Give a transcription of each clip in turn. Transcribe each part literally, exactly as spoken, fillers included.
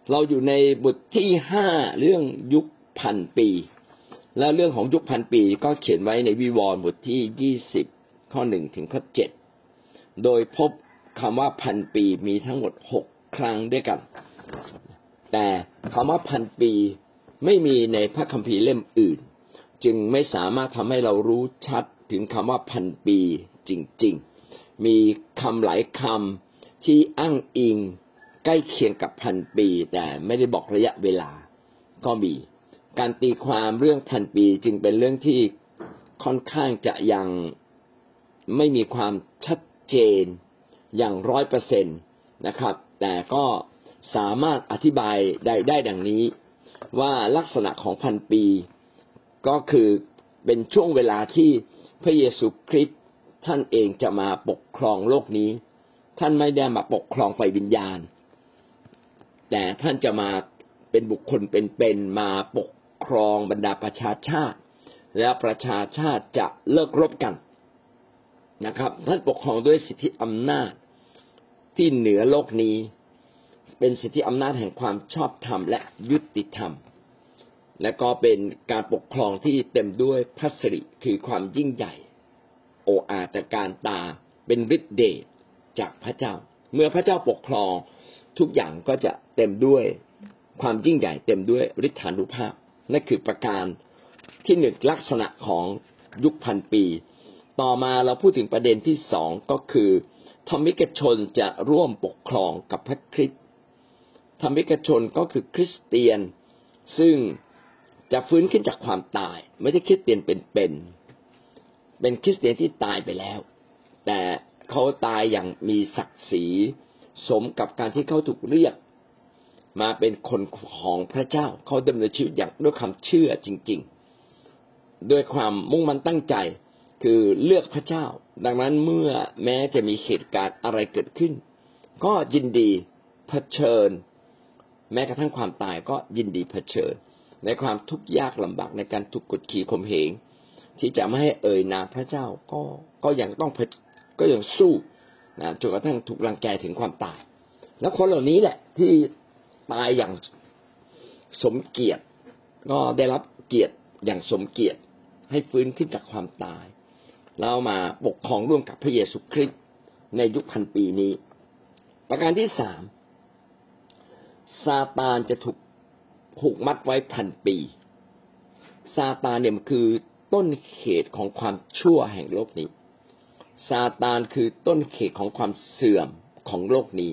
เราอยู่ในบทที่ห้าเรื่องยุคพันปีและเรื่องของยุคพันปีก็เขียนไว้ในวิวรณ์บทที่ยี่สิบข้อหนึ่งถึงข้อเจ็ดโดยพบคำว่าพันปีมีทั้งหมดหกครั้งด้วยกันแต่คำว่าพันปีไม่มีในพระคัมภีร์เล่มอื่นจึงไม่สามารถทำให้เรารู้ชัดถึงคำว่าพันปีจริงๆมีคำหลายคำที่อ้างอิงใกล้เคียงกับพันปีแต่ไม่ได้บอกระยะเวลาก็มีการตีความเรื่องพันปีจึงเป็นเรื่องที่ค่อนข้างจะยังไม่มีความชัดเจนอย่างร้อยเปอร์เซ็นต์นะครับแต่ก็สามารถอธิบายได้ได้ดังนี้ว่าลักษณะของพันปีก็คือเป็นช่วงเวลาที่พระเยซูคริสต์ท่านเองจะมาปกครองโลกนี้ท่านไม่ได้มาปกครองฝ่ายวิญญาณแต่ท่านจะมาเป็นบุคคลเป็นๆมาปกครองบรรดาประชาชาติและประชาชาติจะเลิกรบกันนะครับท่านปกครองด้วยสิทธิอำนาจที่เหนือโลกนี้เป็นสิทธิอำนาจแห่งความชอบธรรมและยุติธรรมและก็เป็นการปกครองที่เต็มด้วยพระสิริคือความยิ่งใหญ่โอ้อาตการตาเป็นฤทธิ์เดชจากพระเจ้าเมื่อพระเจ้าปกครองทุกอย่างก็จะเต็มด้วยความยิ่งใหญ่เต็มด้วยฤทธานุภาพนั่นคือประการที่หนึ่งลักษณะของยุคพันปีต่อมาเราพูดถึงประเด็นที่สองก็คือธรรมิกชนจะร่วมปกครองกับพระคริสต์ธรรมิกชนก็คือคริสเตียนซึ่งจะฟื้นขึ้นจากความตายไม่ใช่คริสเตียนเป็นเป็นเป็นคริสเตียนที่ตายไปแล้วแต่เขาตายอย่างมีศักดิ์ศรีสมกับการที่เขาถูกเรียกมาเป็นคนของพระเจ้าเขาดำเนินชีวิตอย่างด้วยความเชื่อจริงๆด้วยความมุ่งมั่นตั้งใจคือเลือกพระเจ้าดังนั้นเมื่อแม้จะมีเหตุการณ์อะไรเกิดขึ้นก็ยินดีเผชิญแม้กระทั่งความตายก็ยินดีเผชิญในความทุกข์ยากลำบากในการถูกกดขี่ข่มเหงที่จะไม่ให้เอ่ยนามพระเจ้าก็ก็ยังต้องก็ยังสู้นะจนกระทั่งถูกรังแกถึงความตายแล้วคนเหล่านี้แหละที่ตายอย่างสมเกียรติก็ได้รับเกียรติอย่างสมเกียรติให้ฟื้นขึ้นจากความตายแล้วมาปกครองร่วมกับพระเยซูคริสต์ในยุคพันปีนี้ประการที่สามซาตานจะถูกผูกมัดไว้พันปีซาตานเนี่ยมันคือต้นเหตุของความชั่วแห่งโลกนี้ซาตานคือต้นเหตุของความเสื่อมของโลกนี้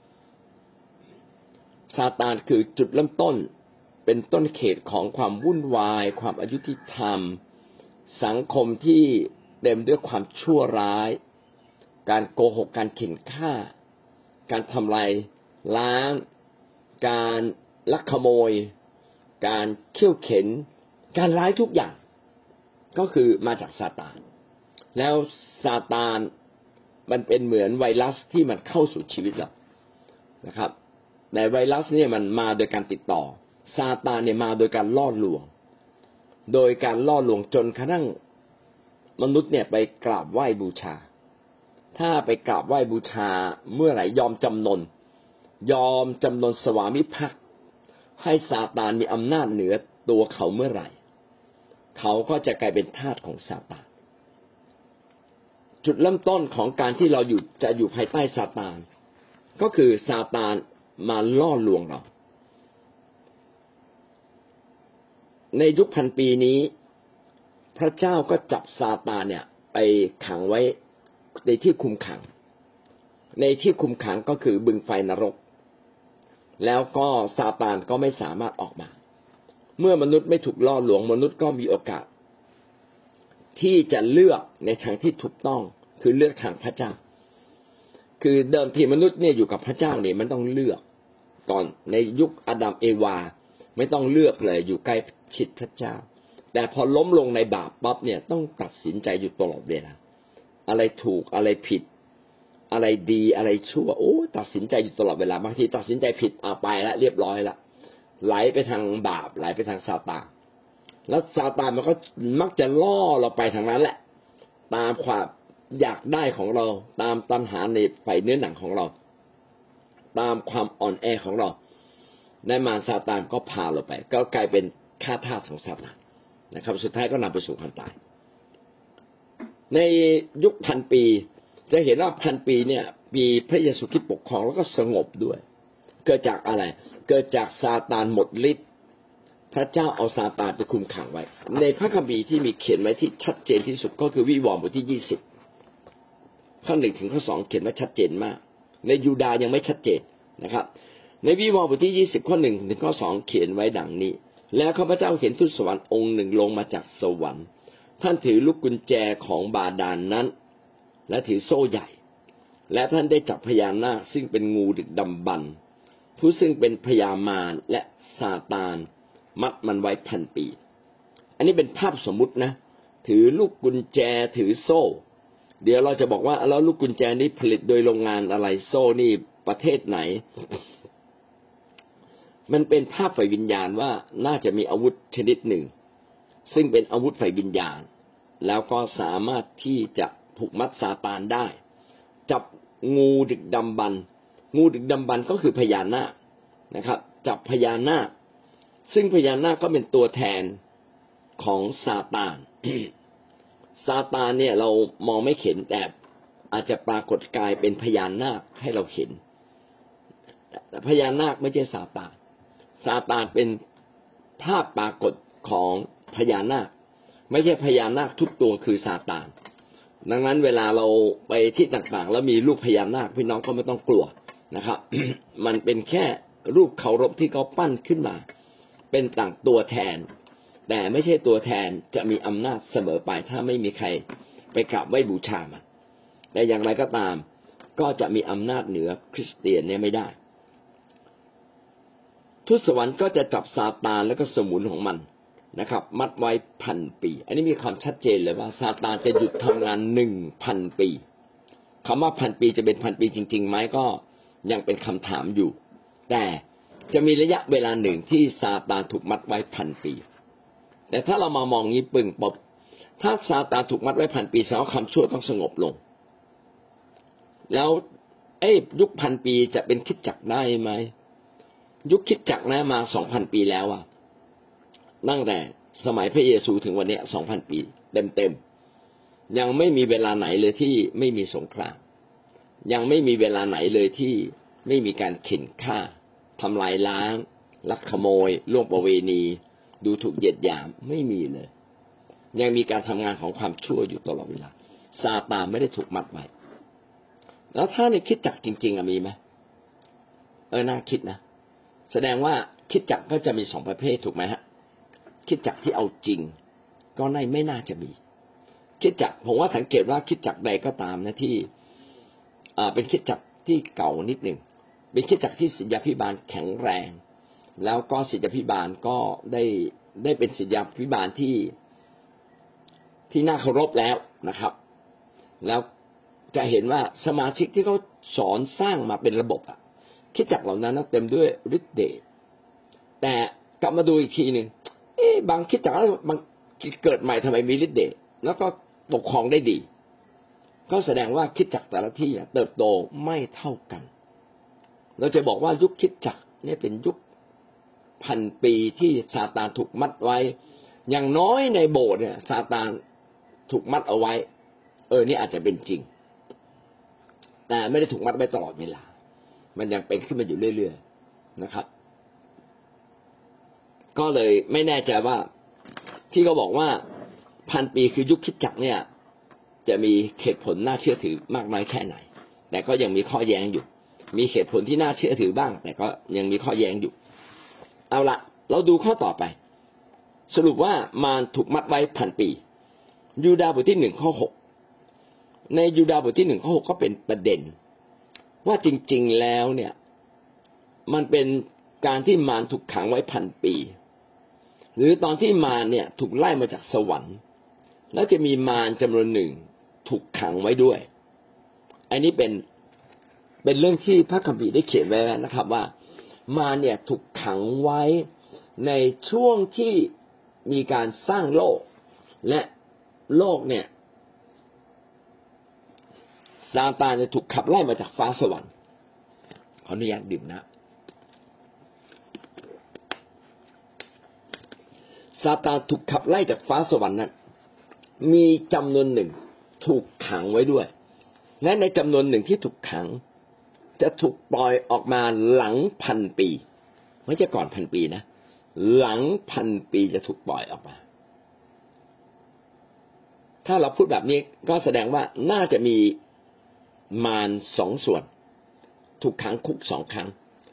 ซาตานคือจุดเริ่มต้นเป็นต้นเหตุของความวุ่นวายความอยุติธรรมสังคมที่เต็มด้วยความชั่วร้ายการโกหกการเข็นฆ่าการทำลายล้างการลักขโมยการเขี่ยวเข็นการร้ายทุกอย่างก็คือมาจากซาตานแล้วซาตานมันเป็นเหมือนไวรัสที่มันเข้าสู่ชีวิตเรานะครับในไวรัสเนี่ยมันมาโดยการติดต่อซาตานเนี่ยมาโดยการล่อลวงโดยการล่อลวงจนกระทั่งมนุษย์เนี่ยไปกราบไหว้บูชาถ้าไปกราบไหว้บูชาเมื่อไหร่ยอมจำนนยอมจำนนสวามิภักดิ์ให้ซาตานมีอำนาจเหนือตัวเขาเมื่อไหร่เขาก็จะกลายเป็นทาสของซาตานจุดเริ่มต้นของการที่เราอยู่จะอยู่ภายใต้ซาตานก็คือซาตานมาล่อลวงเราในยุคพันปีนี้พระเจ้าก็จับซาตานเนี่ยไปขังไว้ในที่คุมขังในที่คุมขังก็คือบึงไฟนรกแล้วก็ซาตานก็ไม่สามารถออกมาเมื่อมนุษย์ไม่ถูกล่อลวงมนุษย์ก็มีโอกาสที่จะเลือกในทางที่ถูกต้องคือเลือกทางพระเจ้าคือเดิมทีมนุษย์เนี่ยอยู่กับพระเจ้าเนี่ยมันต้องเลือกตอนในยุคอาดัมเอวาไม่ต้องเลือกเลยอยู่ใกล้ชิดพระเจ้าแต่พอล้มลงในบาปปั๊บเนี่ยต้องตัดสินใจอยู่ตลอดเวลาอะไรถูกอะไรผิดอะไรดีอะไรชั่วโอ้ตัดสินใจอยู่ตลอดเวลาบางทีตัดสินใจผิดเอาไปแล้วเรียบร้อยแล้วไหลไปทางบาปไหลไปทางซาตานแล้วซาตานมันก็มักจะล่อเราไปทางนั้นแหละตามความอยากได้ของเราตามตัณหาในฝ่ายเนื้อหนังของเราตามความอ่อนแอของเราได้มารซาตานก็พาเราไปก็กลายเป็นข้าทาสของซาตานนะครับสุดท้ายก็นำไปสู่ความตายในยุคพันปีจะเห็นว่าพันปีเนี่ยมีพระเยซูคริสต์ปกครองแล้วก็สงบด้วยเกิดจากอะไรเกิดจากซาตานหมดฤทธิ์พระเจ้าเอาซาตานไปคุมขังไว้ในพระคัมภีร์ที่มีเขียนไว้ที่ชัดเจนที่สุดก็คือวิวรณ์บทที่ยี่สิบข้อหนึ่งถึงข้อสองเขียนไว้ชัดเจนมากในยูดาห์ยังไม่ชัดเจนนะครับในวิวรณ์บทที่ยี่สิบข้อหนึ่งถึงข้อสองเขียนไว้ดังนี้แล้วข้าพเจ้าเห็นทูตสวรรค์องค์หนึ่งลงมาจากสวรรค์ท่านถือลูกกุญแจของบาดาล นนั้นและถือโซ่ใหญ่และท่านได้จับพญานาคซึ่งเป็นงูดึกดำบรรพ์ผู้ซึ่งเป็นพญามารและซาตานมัดมันไว้พันปีอันนี้เป็นภาพสมมุตินะถือลูกกุญแจถือโซ่เดี๋ยวเราจะบอกว่าแล้วลูกกุญแจนี้ผลิตโดยโรงงานอะไรโซ่นี่ประเทศไหนมันเป็นภาพฝ่ายวิญญาณว่าน่าจะมีอาวุธชนิดหนึ่งซึ่งเป็นอาวุธฝ่ายวิญญาณแล้วก็สามารถที่จะผูกมัดซาตานได้จับงูดึกดำบรรพ์งูดึกดำบรรพ์ก็คือพญานาคนะครับจับพญานาคซึ่งพญานาคก็เป็นตัวแทนของซาตาน ซาตานเนี่ยเรามองไม่เห็นแต่อาจจะปรากฏกายเป็นพญานาคให้เราเห็นแต่พญานาคไม่ใช่ซาตานซาตานเป็นภาพปรากฏของพญานาคไม่ใช่พญานาคทุกตัวคือซาตานดังนั้นเวลาเราไปที่ต่างๆแล้วมีรูปพญานาคพี่น้องก็ไม่ต้องกลัวนะครับ มันเป็นแค่รูปเคารพที่เขาปั้นขึ้นมาเป็นต่างตัวแทนแต่ไม่ใช่ตัวแทนจะมีอำนาจเสมอไปถ้าไม่มีใครไปกราบไหว้บูชามันแต่อย่างไรก็ตามก็จะมีอำนาจเหนือคริสเตียนเนี่ยไม่ได้ทูตสวรรค์ก็จะจับซาตานแล้วก็สมุนของมันนะครับมัดไว้พันปีอันนี้มีความชัดเจนเลยว่าซาตานจะหยุดทำงานหนึ่งพันปีคำว่าพันปีจะเป็นพันปีจริงๆไหมก็ยังเป็นคำถามอยู่แต่จะมีระยะเวลาหนึ่งที่ซาตานถูกมัดไว้พันปีแต่ถ้าเรามามองนี้ปึ้งปบถ้าซาตานถูกมัดไว้พันปีแสดงว่าความชั่วต้องสงบลงแล้วเอ้ยุคพันปีจะเป็นคริสตจักรได้ไหมยุคคริสตจักรนะมาสองพันปีแล้วอ่ะตั้งแต่สมัยพระเยซูถึงวันนี้สองพันปีเต็มๆยังไม่มีเวลาไหนเลยที่ไม่มีสงครามยังไม่มีเวลาไหนเลยที่ไม่มีการเข็นฆ่าทำลายล้างลักขโมยล่วงประเวณีดูถูกเหยียดหยามไม่มีเลยยังมีการทำงานของความชั่วอยู่ตลอดเวลาซาตานไม่ได้ถูกมัดไว้แล้วถ้าในคริสตจักรจริงๆมีไหมเออน่าคิดนะแสดงว่าคริสตจักรก็จะมีสองประเภทถูกไหมฮะคริสตจักรที่เอาจริงก็ไม่ไม่น่าจะมีคริสตจักรผมว่าสังเกตว่าคริสตจักรใดก็ตามนะที่อ่าเป็นคริสตจักรที่เก่านิดหนึ่งเป็นคริสตจักรที่ศิษยาภิบาลแข็งแรงแล้วก็ศิษยาภิบาลก็ได้ได้เป็นศิษยาภิบาลที่ที่น่าเคารพแล้วนะครับแล้วจะเห็นว่าสมาชิกที่เขาสอนสร้างมาเป็นระบบอ่ะคริสตจักรเหล่านั้นเต็มด้วยฤทธิ์เดชแต่กลับมาดูอีกทีหนึ่งเอ๊ะบางคริสตจักรบางเกิดใหม่ทำไมมีฤทธิ์เดชแล้วก็ปกครองได้ดีก็แสดงว่าคริสตจักรแต่ละที่เติบโตไม่เท่ากันเราจะบอกว่ายุคคริสตจักรนี่เป็นยุคพันปีที่ซาตานถูกมัดไว้อย่างน้อยในโบสถ์เนี่ยซาตานถูกมัดเอาไว้เออนี่อาจจะเป็นจริงแต่ไม่ได้ถูกมัดไว้ตลอดเวลามันยังเป็นขึ้นมาอยู่เรื่อยๆนะครับก็เลยไม่แน่ใจว่าที่เขาบอกว่าพันปีคือยุคคริสตจักรเนี่ยจะมีเหตุผลน่าเชื่อถือมากน้อยแค่ไหนแต่ก็ยังมีข้อแย้งอยู่มีเหตุผลที่น่าเชื่อถือบ้างแต่ก็ยังมีข้อแย้งอยู่เอาละเราดูข้อต่อไปสรุปว่ามารถูกมัดไว้พันปียูดาห์บทที่หนึ่งข้อหกในยูดาห์บทที่หนึ่งข้อหกก็เป็นประเด็นว่าจริงๆแล้วเนี่ยมันเป็นการที่มารถูกขังไว้พันปีหรือตอนที่มารเนี่ยถูกไล่มาจากสวรรค์แล้วจะมีมารจำนวนหนึ่งถูกขังไว้ด้วยอันนี้เป็นเป็นเรื่องที่พระคัมภีร์ได้เขียนไว้นะครับว่ามารเนี่ยถูกขังไว้ในช่วงที่มีการสร้างโลกและโลกเนี่ยซาตานจะถูกขับไล่มาจากฟ้าสวรรค์ขออนุญาตดื่มนะซาตานถูกขับไล่จากฟ้าสวรรค์นั้นมีจำนวนหนึ่งถูกขังไว้ด้วยและในจำนวนหนึ่งที่ถูกขังจะถูกปล่อยออกมาหลังพันปีไม่ใช่ก่อนพันปีนะหลังพันปีจะถูกปล่อยออกมาถ้าเราพูดแบบนี้ก็แสดงว่าน่าจะมีมารสองส่วนถูกขังคุกสองครั้ง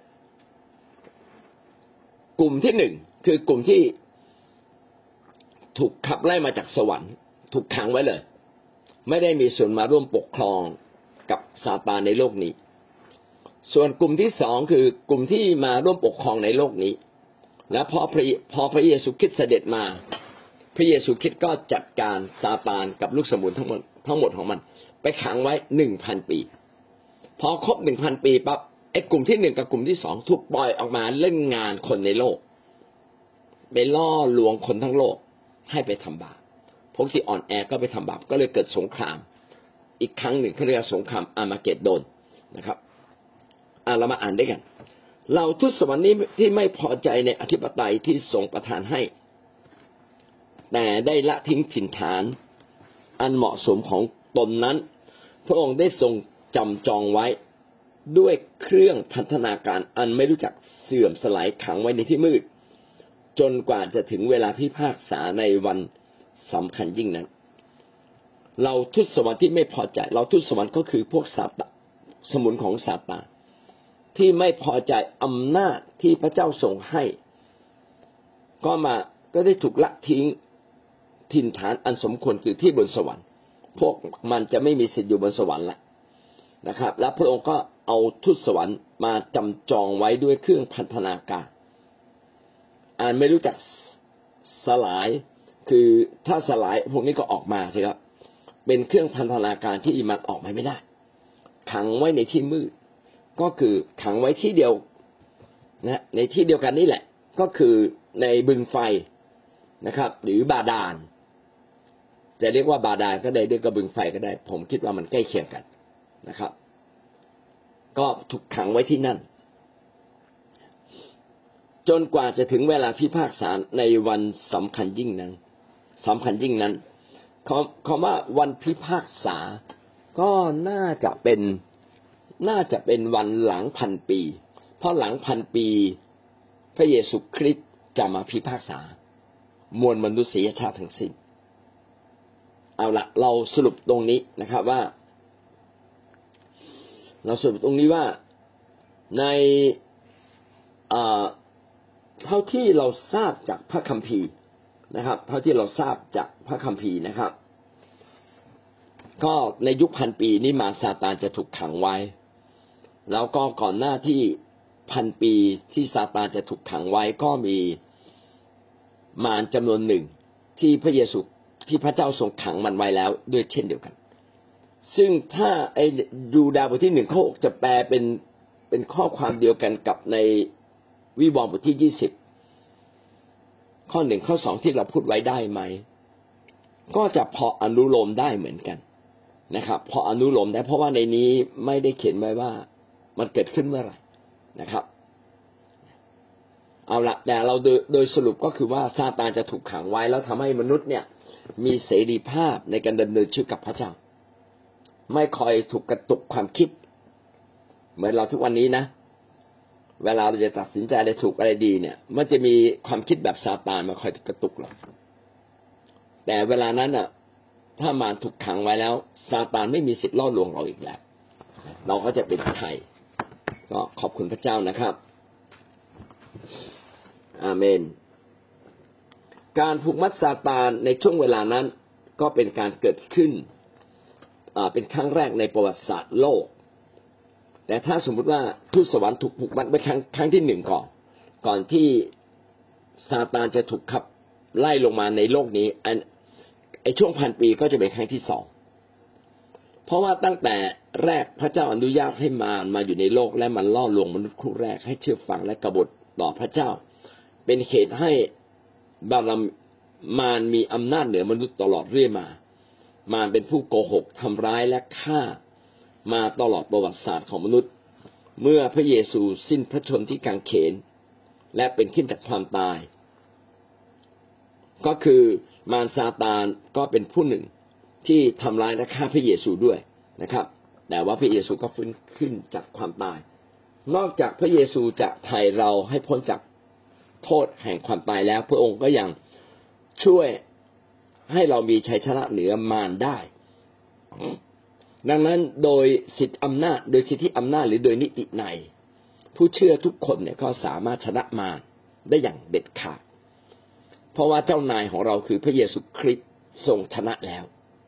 กลุ่มที่หนึ่งคือกลุ่มที่ถูกขับไล่มาจากสวรรค์ถูกขังไว้เลยไม่ได้มีส่วนมาร่วมปกครองกับซาตานในโลกนี้ส่วนกลุ่มที่สองคือกลุ่มที่มาร่วมปกครองในโลกนี้และพอพระพอพระเยซูคริสต์เสด็จมาพระเยซูคริสต์ก็จัดการซาตานกับลูกสมุนทั้งหมดทั้งหมดของมันไปขังไว้หนึ่งพันปีพอครบหนึ่งพันปีปั๊บไอ้กลุ่มที่หนึ่งกับกลุ่มที่สองถูกปล่อยออกมาเล่นงานคนในโลกไปล่อลวงคนทั้งโลกให้ไปทำบาปพวกที่อ่อนแอก็ไปทำบาปก็เลยเกิดสงครามอีกครั้งหนึ่งเขาเรียกสงครามอาร์มาเกดโดนนะครับอ่ะเรามาอ่านด้วยกันเราทูตสวรรค์นี้ที่ไม่พอใจในอธิปไตยที่ทรงประทานให้แต่ได้ละทิ้งถิ่นฐานอันเหมาะสมของตนนั้นพระองค์ได้ทรงจำจองไว้ด้วยเครื่องพันธนาการอันไม่รู้จักเสื่อมสลายขังไว้ในที่มืดจนกว่าจะถึงเวลาพิพากษาในวันสำคัญยิ่งนั้นเราทูตสวรรค์ที่ไม่พอใจเราทูตสวรรค์ก็คือพวกซาตานสมุนของซาตานที่ไม่พอใจอำนาจที่พระเจ้าทรงให้ก็มาก็ได้ถูกละทิ้งถิ่นฐานอันสมควรคือที่บนสวรรค์พวกมันจะไม่มีสิทธิ์อยู่บนสวรรค์ละนะครับและพระองค์ก็เอาทูตสวรรค์มาจำจองไว้ด้วยเครื่องพันธนาการอ่านไม่รู้จักสลายคือถ้าสลายพวกนี้ก็ออกมาสิครับเป็นเครื่องพันธนาการที่มันออกมาไม่ได้ขังไว้ในที่มืดก็คือขังไว้ที่เดียวนะในที่เดียวกันนี่แหละก็คือในบึงไฟนะครับหรือบาดาลจะเรียกว่าบาดาลก็ได้เรียกว่าบึงไฟก็ได้ผมคิดว่ามันใกล้เคียงกันนะครับก็ถูกขังไว้ที่นั่นจนกว่าจะถึงเวลาพิพากษาในวันสำคัญยิ่งนั้นสำคัญยิ่งนั้นคำว่าวันพิพากษาก็น่าจะเป็นน่าจะเป็นวันหลังพันปีเพราะหลังพันปีพระเยซูคริสต์จะมาพิพากษามวลมนุษยชาติทั้งสิ้นเอาละเราสรุปตรงนี้นะครับว่าเราสรุปตรงนี้ว่าในเท่าที่เราทราบจากพระคัมภีร์นะครับเท่าที่เราทราบจากพระคัมภีร์นะครับก็ในยุคพันปีนี้มารซาตานจะถูกขังไว้แล้วก็ก่อนหน้าที่พันปีที่ซาตานจะถูกขังไว้ก็มีมารจำนวนหนึ่งที่พระเยซูที่พระเจ้าทรงขังมันไว้แล้วด้วยเช่นเดียวกันซึ่งถ้าไอ้ยูดาห์บทที่หนึ่งข้อหกจะแปลเป็นเป็นข้อความเดียวกันกับในวิวรณ์บทที่ยี่สิบข้อหนึ่งข้อสองที่เราพูดไว้ได้ไหมก็จะพออนุโลมได้เหมือนกันนะครับพออนุโลมได้เพราะว่าในนี้ไม่ได้เขียนไว้ว่ามันเกิดขึ้นเมื่อไหร่นะครับเอาละแต่เราโดยโดยสรุปก็คือว่าซาตานจะถูกขังไว้แล้วทำให้มนุษย์เนี่ยมีเสรีภาพในการดำเนินชีวิตกับพระเจ้าไม่คอยถูกกระตุกความคิดเหมือนเราทุกวันนี้นะเวลาเราจะตัดสินใจอะไรถูกอะไรดีเนี่ยมันจะมีความคิดแบบซาตานมาคอยกระตุกเราแต่เวลานั้นอ่ะถ้ามารถูกขังไว้แล้วซาตานไม่มีสิทธิ์ล่อลวงเราอีกแล้วเราก็จะเป็นไทยก็ขอบคุณพระเจ้านะครับอาเมนการผูกมัดซาตานในช่วงเวลานั้นก็เป็นการเกิดขึ้นเป็นครั้งแรกในประวัติศาสตร์โลกแต่ถ้าสมมุติว่าทูตสวรรค์ถูกผูกมัดไว้ครั้งครั้งที่หนึ่งก่อนก่อนที่ซาตานจะถูกขับไล่ลงมาในโลกนี้อันไอช่วงพันปีก็จะเป็นครั้งที่สองเพราะว่าตั้งแต่แรกพระเจ้าอนุญาตให้มารมาอยู่ในโลกและมันล่อลวงมนุษย์คู่แรกให้เชื่อฟังและกบฏต่อพระเจ้าเป็นเหตุให้บาลมารมีอำนาจเหนือมนุษย์ตลอดเรื่อยมามารเป็นผู้โกหกทำร้ายและฆ่ามาตลอดประวัติศาสตร์ของมนุษย์เมื่อพระเยซูสิ้นพระชนม์ที่กางเขนและเป็นขึ้นจากความตายก็คือมารซาตานก็เป็นผู้หนึ่งที่ทำร้ายและฆ่าพระเยซูด้วยนะครับแต่ว่าพระเยซูก็ฟื้นขึ้นจากความตายนอกจากพระเยซูจะไถ่เราให้พ้นจากโทษแห่งความตายแล้วพระองค์ก็ยังช่วยให้เรามีชัยชนะเหนือมารได้ดังนั้นโดยสิทธิอำนาจโดยสิทธิอำนาจหรือโดยนิติในผู้เชื่อทุกคนเนี่ยก็สามารถชนะมารได้อย่างเด็ดขาดเพราะว่าเจ้านายของเราคือพระเยซูคริสต์ทรงชนะแล้ว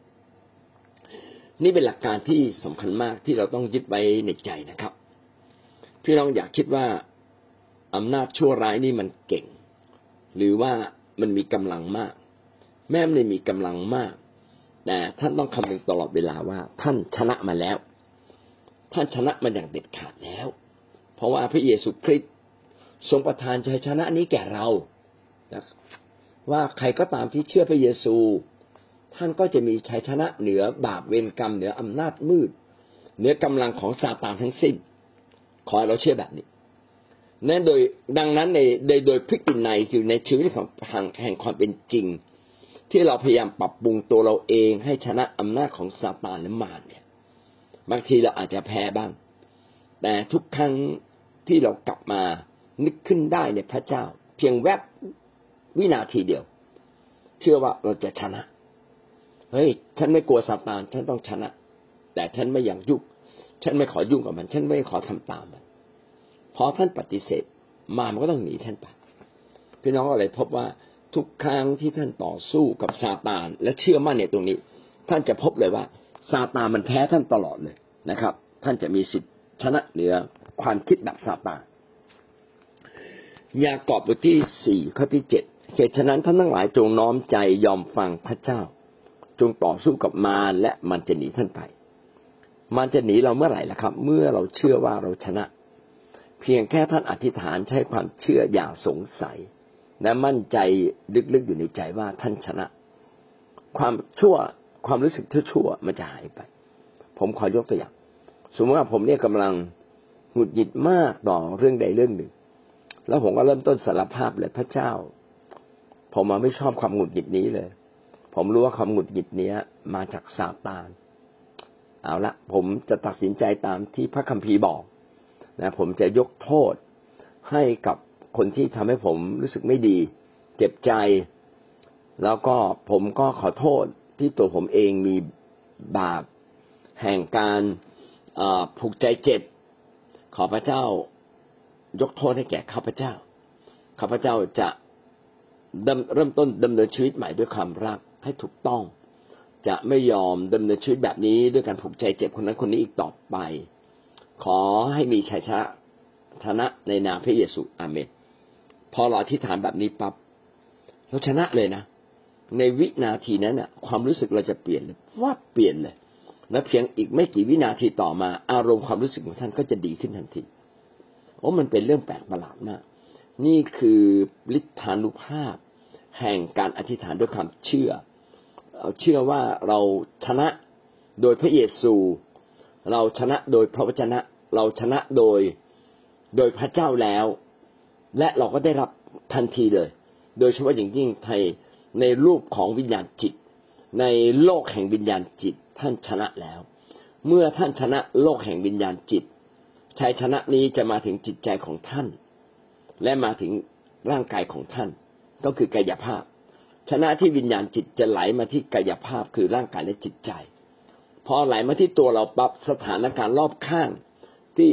นี่เป็นหลักการที่สำคัญมากที่เราต้องยึดไว้ในใจนะครับพี่น้องอยากคิดว่าอำนาจชั่วร้ายนี่มันเก่งหรือว่ามันมีกำลังมากแม้มันมีกำลังมากแต่ท่านต้องคำนึงตลอดเวลาว่าท่านชนะมาแล้วท่านชนะมันอย่างเด็ดขาดแล้วเพราะว่าพระเยซูคริสต์ทรงประทานชัยชนะนี้แก่เราว่าใครก็ตามที่เชื่อพระเยซูท่านก็จะมีชัยชนะเหนือบาปเวรกรรมเหนืออำนาจมืดเหนือกำลังของซาตานทั้งสิ้นขอให้เราเชื่อแบบนี้นั่นโดยดังนั้นในโดยโดยพฤตินัยคือในชีวิตของทางแห่งความเป็นจริงที่เราพยายามปรับปรุงตัวเราเองให้ชนะอำนาจของซาตานและมารเนี่ยบางทีเราอาจจะแพ้บ้างแต่ทุกครั้งที่เรากลับมานึกขึ้นได้ในพระเจ้าเพียงแวบวินาทีเดียวเชื่อว่าเราจะชนะเฮ้ยฉันไม่กลัวซาตานฉันต้องชนะแต่ฉันไม่อยากยุ่งฉันไม่ขอยุ่งกับมันฉันไม่ขอทำตามมันพอท่านปฏิเสธมารมันก็ต้องหนีท่านไปพี่น้องก็เลยพบว่าทุกครั้งที่ท่านต่อสู้กับซาตานและเชื่อมั่นในตรงนี้ท่านจะพบเลยว่าซาตานมันแพ้ท่านตลอดเลยนะครับท่านจะมีสิทธิชนะเหนือความคิดแบบซาตานยากอบบทที่สี่ข้อที่เจ็ดเหตุฉะนั้นท่านทั้งหลายจงน้อมใจยอมฟังพระเจ้าจงต่อสู้กับมารและมันจะหนีท่านไปมันจะหนีเราเมื่อไหร่ล่ะครับเมื่อเราเชื่อว่าเราชนะเพียงแค่ท่านอธิษฐานใช้ความเชื่ออย่าสงสัยและมั่นใจลึกๆอยู่ในใจว่าท่านชนะความชั่วความรู้สึกชั่วๆมันจะหายไปผมขอยกตัวอย่างสมมติว่าผมเนี่ยกำลังหงุดหงิดมากต่อเรื่องใดเรื่องหนึ่งแล้วผมก็เริ่มต้นสารภาพเลยพระเจ้าผมมาไม่ชอบความหงุดหงิดนี้เลยผมรู้ว่าความหงุดหงิดนี้มาจากซาตานเอาละผมจะตัดสินใจตามที่พระคัมภีร์บอกนะผมจะยกโทษให้กับคนที่ทำให้ผมรู้สึกไม่ดีเจ็บใจแล้วก็ผมก็ขอโทษที่ตัวผมเองมีบาปแห่งการผูกใจเจ็บขอพระเจ้ายกโทษให้แก่ข้าพเจ้าข้าพเจ้าจะเริ่มต้นดำเนินชีวิตใหม่ด้วยความรักให้ถูกต้องจะไม่ยอมดำเนินชีวิตแบบนี้ด้วยการผูกใจเจ็บคนนั้นคนนี้อีกต่อไปขอให้มีชัยชนะในนามพระเยซูอาเมนพอเราอธิษฐานแบบนี้ปั๊บเราชนะเลยนะในวินาทีนั้นน่ะความรู้สึกเราจะเปลี่ยนเลยว่าเปลี่ยนเลยและเพียงอีกไม่กี่วินาทีต่อมาอารมณ์ความรู้สึกของท่านก็จะดีขึ้นทันทีโอ้มันเป็นเรื่องแปลกประหลาดมากนี่คือฤทธานุภาพแห่งการอธิษฐานด้วยความเชื่อเราเชื่อว่าเราชนะโดยพระเยซูเราชนะโดยพระวจนะเราชนะโดยโดยพระเจ้าแล้วและเราก็ได้รับทันทีเลยโดยเฉพาะอย่างยิ่งในในรูปของวิญญาณจิตในโลกแห่งวิญญาณจิตท่านชนะแล้วเมื่อท่านชนะโลกแห่งวิญญาณจิตชัยชนะนี้จะมาถึงจิตใจของท่านและมาถึงร่างกายของท่านก็คือกายภาพชนะที่วิญญาณจิตจะไหลมาที่กายภาพคือร่างกายและจิตใจพอไหลมาที่ตัวเราปั๊บสถานการณ์รอบข้างที่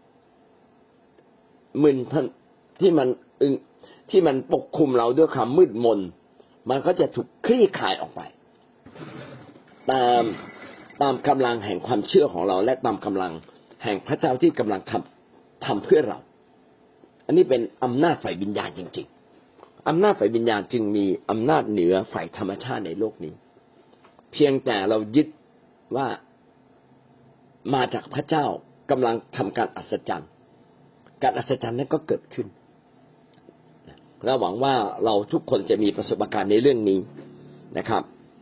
มึนท่านที่มันอึที่มันปกคลุมเราด้วยความมืดมนมันก็จะถูกคลี่คลายออกไปตามตามกำลังแห่งความเชื่อของเราและตามกำลังแห่งพระเจ้าที่กำลังทำทำเพื่อเราอันนี้เป็นอำนาจฝ่ายวิญญาณจริงๆอำนาจฝ่ายวิญญาณจึงมีอำนาจเหนือฝ่ายธรรมชาติในโลกนี้เพียงแต่เรายึดว่ามาจากพระเจ้ากำลังทำการอัศจรรย์การอัศจรรย์นั้นก็เกิดขึ้นและหวังว่าเราทุกคนจะมีประสบการณ์ในเรื่องนี้นะครับ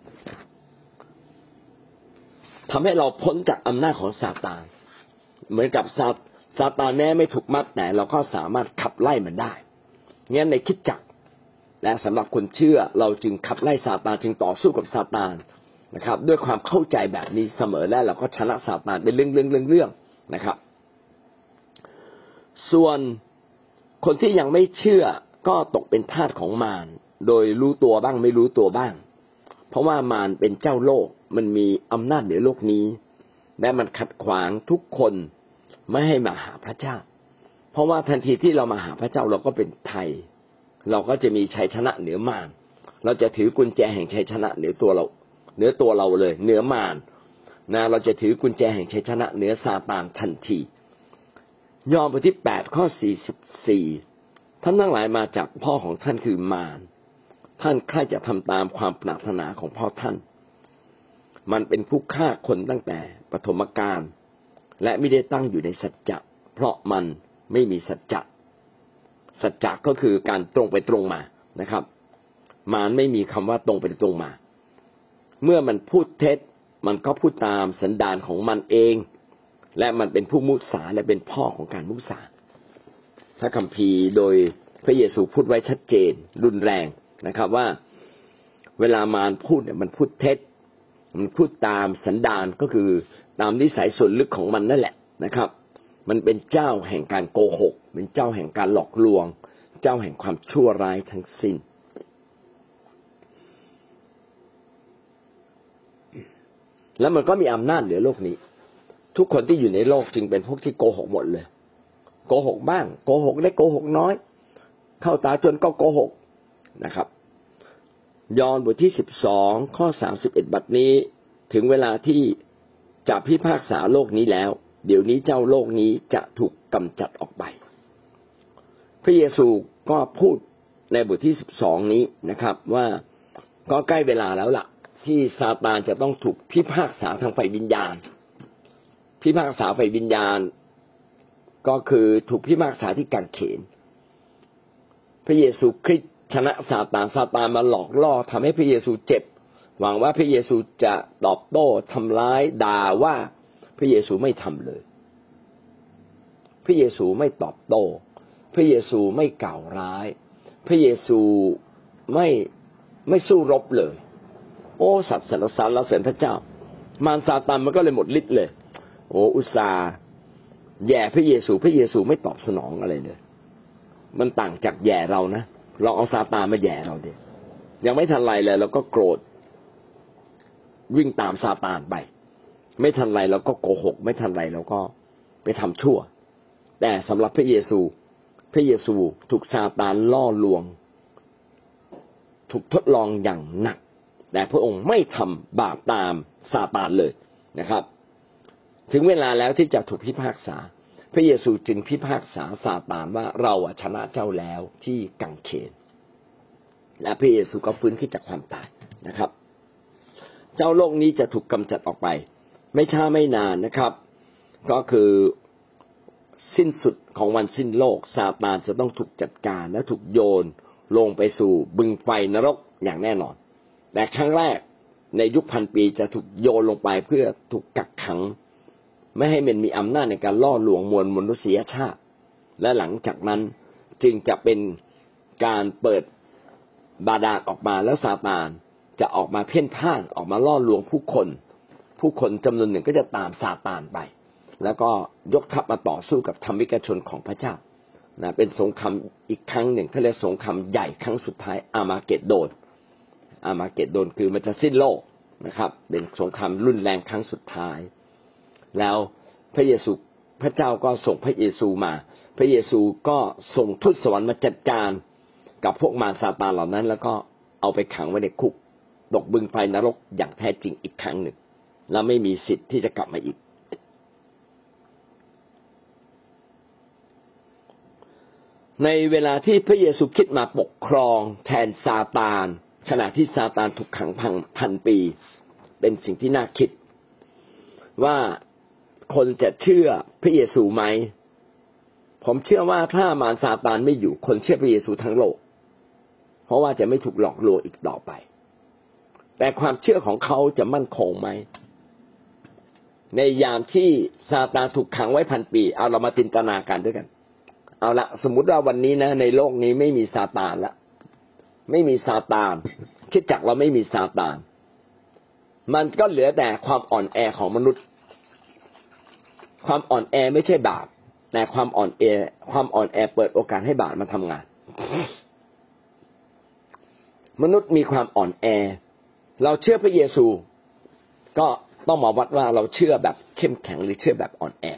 ทำให้เราพ้นจากอำนาจของซาตานเหมือนกับซาซาตานแม้ไม่ถูกมัดแต่เราก็สามารถขับไล่มันได้งั้นในคริสตจักรและสำหรับคนเชื่อเราจึงขับไล่ซาตานจึงต่อสู้กับซาตานนะครับด้วยความเข้าใจแบบนี้เสมอและเราก็ชนะซาตานเป็นเรื่องๆๆๆนะครับส่วนคนที่ยังไม่เชื่อก็ตกเป็นทาสของมารโดยรู้ตัวบ้างไม่รู้ตัวบ้างเพราะว่ามารเป็นเจ้าโลกมันมีอำนาจเหนือโลกนี้และมันขัดขวางทุกคนไม่ให้มาหาพระเจ้าเพราะว่าทันทีที่เรามาหาพระเจ้าเราก็เป็นไทยเราก็จะมีชัยชนะเหนือมารเราจะถือกุญแจแห่งชัยชนะเหนือตัวเราเหนือตัวเราเลยเหนือมารนะเราจะถือกุญแจแห่งชัยชนะเหนือซาตานทันทียอห์นบทที่แปดข้อสี่สิบสี่ท่านทั้งหลายมาจากพ่อของท่านคือมารท่านใคร่จะทำตามความปรารถนาของพ่อท่านมันเป็นผู้ฆ่าคนตั้งแต่ปฐมกาลและไม่ได้ตั้งอยู่ในสัจจะเพราะมันไม่มีสัจจะสัจจะก็คือการตรงไปตรงมานะครับมารไม่มีคำว่าตรงไปตรงมาเมื่อมันพูดเท็จมันก็พูดตามสันดานของมันเองและมันเป็นผู้มุสาและเป็นพ่อของการมุสาพระคัมภีร์โดยพระเยซูพูดไว้ชัดเจนรุนแรงนะครับว่าเวลามารพูดเนี่ยมันพูดเท็จมันพูดตามสันดานก็คือตามนิสัยส่วนลึกของมันนั่นแหละนะครับมันเป็นเจ้าแห่งการโกหกเป็นเจ้าแห่งการหลอกลวงเจ้าแห่งความชั่วร้ายทั้งสิ้นแล้วมันก็มีอำนาจเหนือโลกนี้ทุกคนที่อยู่ในโลกจึงเป็นพวกที่โกหกหมดเลยโกหกบ้างโกหกเล็กโกหกน้อยเข้าตาจนก็โกหกนะครับยอห์นบทที่สิบสองข้อสามสิบเอ็ดบัดนี้ถึงเวลาที่จะพิพากษาโลกนี้แล้วเดี๋ยวนี้เจ้าโลกนี้จะถูกกำจัดออกไปพระเยซูก็พูดในบทที่สิบสองนี้นะครับว่าก็ใกล้เวลาแล้วล่ะที่ซาตานจะต้องถูกพิพากษาทางฝ่ายวิญญาณพิพากษาฝ่ายวิญญาณก็คือถูกพิพากษาที่กางเขนพระเยซูคริสต์ชนะซาตานซาตานมาหลอกล่อทำให้พระเยซูเจ็บหวังว่าพระเยซูจะตอบโต้ทำร้ายด่าว่าพระเยซูไม่ทำเลยพระเยซูไม่ตอบโต้พระเยซูไม่กล่าวร้ายพระเยซูไม่ไม่สู้รบเลยโอ้สัตว์สรรเสริญเสริญพระเจ้ามารซาตานมันก็เลยหมดฤทธิ์เลยโอ้อุตส่าห์แย่พระเยซูพระเยซูไม่ตอบสนองอะไรเลยมันต่างจากแย่เรานะลองเอาซาตานมาแย่เราดิยังไม่ทันไรเลยเราก็โกรธวิ่งตามซาตานไปไม่ทันไรเราก็โกหกไม่ทันไรเราก็ไปทำชั่วแต่สำหรับพระเยซูพระเยซูถูกซาตานล่อลวงถูกทดลองอย่างหนักแต่พระองค์ไม่ทำบาปตามซาตานเลยนะครับถึงเวลาแล้วที่จะถูกพิพากษาพระเยซูจึงพิพากษาซาตานว่าเราชนะเจ้าแล้วที่กางเขนและพระเยซูก็ฟื้นขึ้นจากความตายนะครับเจ้าโลกนี้จะถูกกำจัดออกไปไม่ช้าไม่นานนะครับก็คือสิ้นสุดของวันสิ้นโลกซาตานจะต้องถูกจัดการและถูกโยนลงไปสู่บึงไฟนรกอย่างแน่นอนแต่ครั้งแรกในยุคพันปีจะถูกโยนลงไปเพื่อถูกกักขังไม่ให้มันมีอำนาจในการล่อลวงมวลมนุษยชาติและหลังจากนั้นจึงจะเป็นการเปิดบาดาลออกมาแล้วซาตานจะออกมาเพ่นพ่านออกมาล่อลวงผู้คนผู้คนจำนวนหนึ่งก็จะตามซาตานไปแล้วก็ยกทัพมาต่อสู้กับธรรมิกชนของพระเจ้านะเป็นสงครามอีกครั้งหนึ่งเขาเรียกสงครามใหญ่ครั้งสุดท้ายอามาเกดโดนอามาเกดโดนคือมันจะสิ้นโลกนะครับเป็นสงครามรุนแรงครั้งสุดท้ายแล้วพระเยซูพระเจ้าก็ส่งพระเยซูมาพระเยซูก็ส่งทูตสวรรค์มาจัดการกับพวกมารซาตานเหล่านั้นแล้วก็เอาไปขังไว้ในคุกตกบึงไฟนรกอย่างแท้จริงอีกครั้งหนึ่งแล้วไม่มีสิทธิ์ที่จะกลับมาอีกในเวลาที่พระเยซูคริสต์มาปกครองแทนซาตานขณะที่ซาตานถูกขังพันพันปีเป็นสิ่งที่น่าคิดว่าคนจะเชื่อพระเยซูไหมผมเชื่อว่าถ้ามารซาตานไม่อยู่คนเชื่อพระเยซูทั้งโลกเพราะว่าจะไม่ถูกหลอกลวงอีกต่อไปแต่ความเชื่อของเขาจะมั่นคงไหมในยามที่ซาตานถูกขังไว้พันปีเอาเรามาจินตนาการด้วยกันเอาละสมมุติว่าวันนี้นะในโลกนี้ไม่มีซาตานละไม่มีซาตานคริสตจักรเราไม่มีซาตานมันก็เหลือแต่ความอ่อนแอของมนุษย์ความอ่อนแอไม่ใช่บาปแต่ความอ่อนแอความอ่อนแอเปิดโอกาสให้บาปมาทำงานมนุษย์มีความอ่อนแอเราเชื่อพระเยซูก็ต้องมาวัดว่าเราเชื่อแบบเข้มแข็งหรือเชื่อแบบอ่อนแอ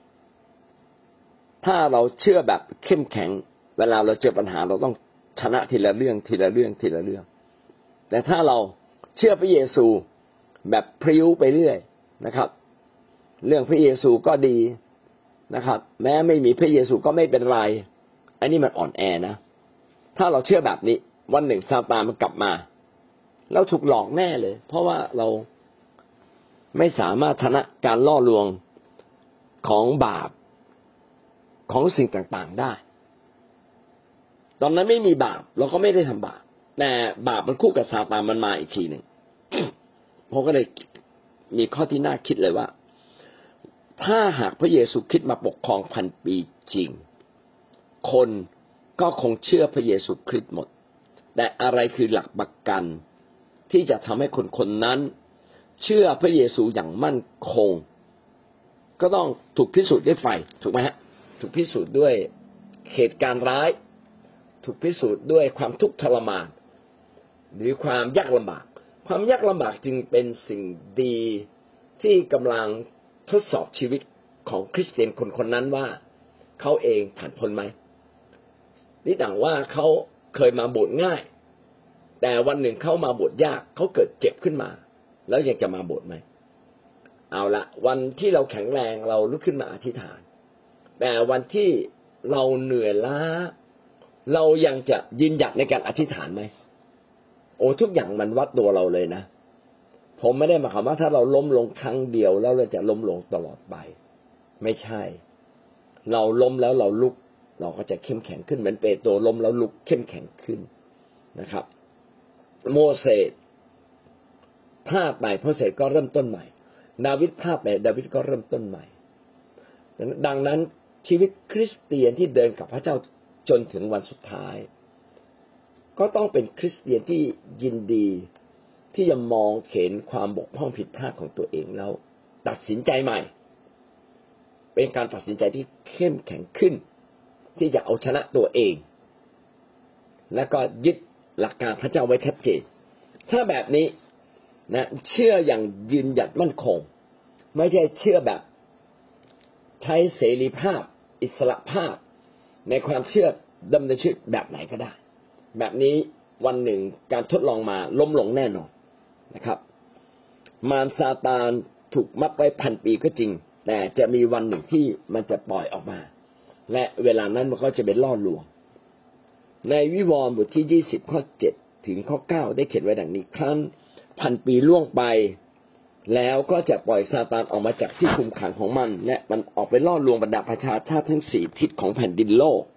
ถ้าเราเชื่อแบบเข้มแข็งเวลาเราเจอปัญหาเราต้องชนะทีละเรื่องทีละเรื่องทีละเรื่องแต่ถ้าเราเชื่อพระเยซูแบบพริ้วไปเรื่อยนะครับเรื่องพระเยซูก็ดีนะครับแม้ไม่มีพระเยซูก็ไม่เป็นไรอันนี้มันอ่อนแอนะถ้าเราเชื่อแบบนี้วันหนึ่งซาตานมันกลับมาเราถูกหลอกแน่เลยเพราะว่าเราไม่สามารถชนะการล่อลวงของบาปของสิ่งต่างๆได้ตอนนั้นไม่มีบาปเราก็ไม่ได้ทำบาปแต่บาปมันคู่กับซาตานมันมาอีกทีหนึ่ง ผมก็เลยมีข้อที่น่าคิดเลยว่าถ้าหากพระเยซูคริสต์มาปกครองพันปีจริงคนก็คงเชื่อพระเยซูคริสต์หมดแต่อะไรคือหลักประกันที่จะทำให้คนคนนั้นเชื่อพระเยซูอย่างมั่นคงก็ต้องถูกพิสูจน์ด้วยไฟถูกไหมฮะถูกพิสูจน์ด้วยเหตุการณ์ร้ายถูกพิสูจน์ด้วยความทุกข์ทรมานหรือความยากลำบากความยากลำบากจึงเป็นสิ่งดีที่กำลังทดสอบชีวิตของคริสเตียนคนคนนั้นว่าเขาเองผ่านพ้นไหมนี่ต่างว่าเขาเคยมาโบสถ์ง่ายแต่วันหนึ่งเขามาโบสถ์ยากเขาเกิดเจ็บขึ้นมาแล้วยังจะมาโบสถ์ไหมเอาละวันที่เราแข็งแรงเราลุกขึ้นมาอธิษฐานแต่วันที่เราเหนื่อยล้าเรายังจะยืนหยัดในการอธิษฐานไหมโอ้ทุกอย่างมันวัดตัวเราเลยนะผมไม่ได้หมายความว่าถ้าเราล้มลงครั้งเดียวแล้วเราจะล้มลงตลอดไปไม่ใช่เราล้มแล้วเราลุกเราก็จะเข้มแข็งขึ้นเหมือนเปโตรล้มแล้วลุกเข้มแข็งขึ้นนะครับโมเสสพลาดไปโมเสสก็เริ่มต้นใหม่ดาวิดพลาดไปดาวิดก็เริ่มต้นใหม่ดังนั้นชีวิตคริสเตียนที่เดินกับพระเจ้าจนถึงวันสุดท้ายก็ต้องเป็นคริสเตียนที่ยินดีที่จะมองเห็นความบกพร่องผิดพลาดของตัวเองแล้วตัดสินใจใหม่เป็นการตัดสินใจที่เข้มแข็งขึ้นที่จะเอาชนะตัวเองและก็ยึดหลักการพระเจ้าไว้ชัดเจนถ้าแบบนี้นะเชื่ออย่างยืนหยัดมั่นคงไม่ใช่เชื่อแบบใช้เสรีภาพอิสระภาพในความเชื่อดำเนินชีวิตแบบไหนก็ได้แบบนี้วันหนึ่งการทดลองมาล้มลงแน่นอนนะครับมารซาตานถูกมัดไว้พันปีก็จริงแต่จะมีวันหนึ่งที่มันจะปล่อยออกมาและเวลานั้นมันก็จะเป็นล่อลวงในวิวรณ์บทที่ยี่สิบข้อเจ็ดถึงข้อเก้าได้เขียนไว้ดังนี้ครั้นพันปีล่วงไปแล้วก็จะปล่อยซาตานออกมาจากที่คุมขังของมันและมันออกไปล่อลวงบรรดาประชาชาติทั้งสี่ทิศของแผ่นดินโลก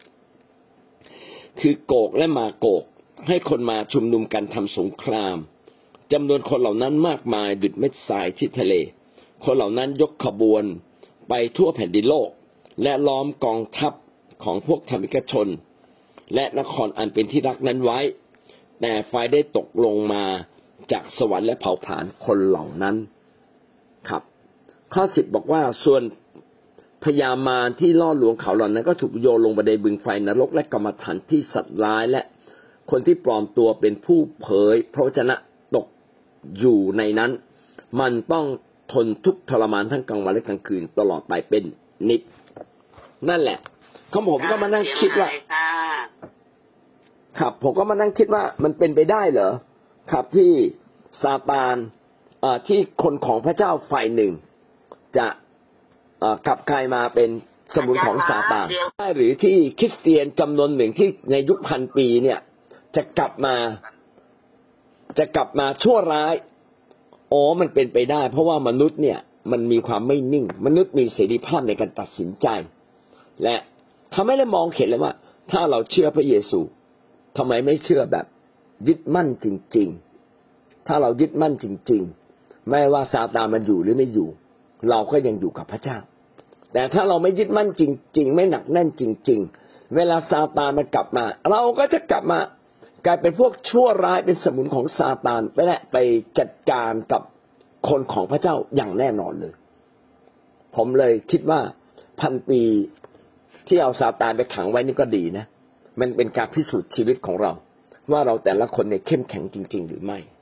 คือโกกและมาโกกให้คนมาชุมนุมกันทำสงครามจำนวนคนเหล่านั้นมากมายดุจเม็ดทรายที่ทะเลคนเหล่านั้นยกขบวนไปทั่วแผ่นดินโลกและล้อมกองทัพของพวกธรรมิกชนและนครอันเป็นที่รักนั้นไว้แต่ไฟได้ตกลงมาจากสวรรค์และเผาผลาญคนเหล่านั้นครับข้อสิบบอกว่าส่วนพญามารที่ล่อลวงเขาเหล่านั้นก็ถูกโยนลงไปในบึงไฟนรกและกรรมฐานที่สัตว์ร้ายและคนที่ปลอมตัวเป็นผู้เผยพระวจนะตกอยู่ในนั้นมันต้องทนทุกข์ทรมานทั้งกลางวันและกลางคืนตลอดไปเป็นนิจนั่นแหละเขาผมก็มานั่งคิดว่าครับผมก็มานั่งคิดว่ามันเป็นไปได้เหรอครับที่ซาตานที่คนของพระเจ้าฝ่ายหนึ่งจะกลับกลายมาเป็นสมุนของซาตานได้หรือที่คริสเตียนจำนวนหนึ่งที่ในยุคพันปีเนี่ยจะกลับมาจะกลับมาชั่วร้ายอ๋อมันเป็นไปได้เพราะว่ามนุษย์เนี่ยมันมีความไม่นิ่งมนุษย์มีเสรีภาพในการตัดสินใจและทำให้เรามองเห็นเลยว่าถ้าเราเชื่อพระเยซูทำไมไม่เชื่อแบบยึดมั่นจริงๆถ้าเรายึดมั่นจริงๆไม่ว่าซาตานมันอยู่หรือไม่อยู่เราก็ยังอยู่กับพระเจ้าแต่ถ้าเราไม่ยึดมั่นจริงๆไม่หนักแน่นจริงๆเวลาซาตานมันกลับมาเราก็จะกลับมากลายเป็นพวกชั่วร้ายเป็นสมุนของซาตานไปและไปจัดการกับคนของพระเจ้าอย่างแน่นอนเลยผมเลยคิดว่าพันปีที่เอาซาตานไปขังไว้นี่ก็ดีนะมันเป็นการพิสูจน์ชีวิตของเราว่าเราแต่ละคนเนี่ยเข้มแข็งจริงๆหรือไม่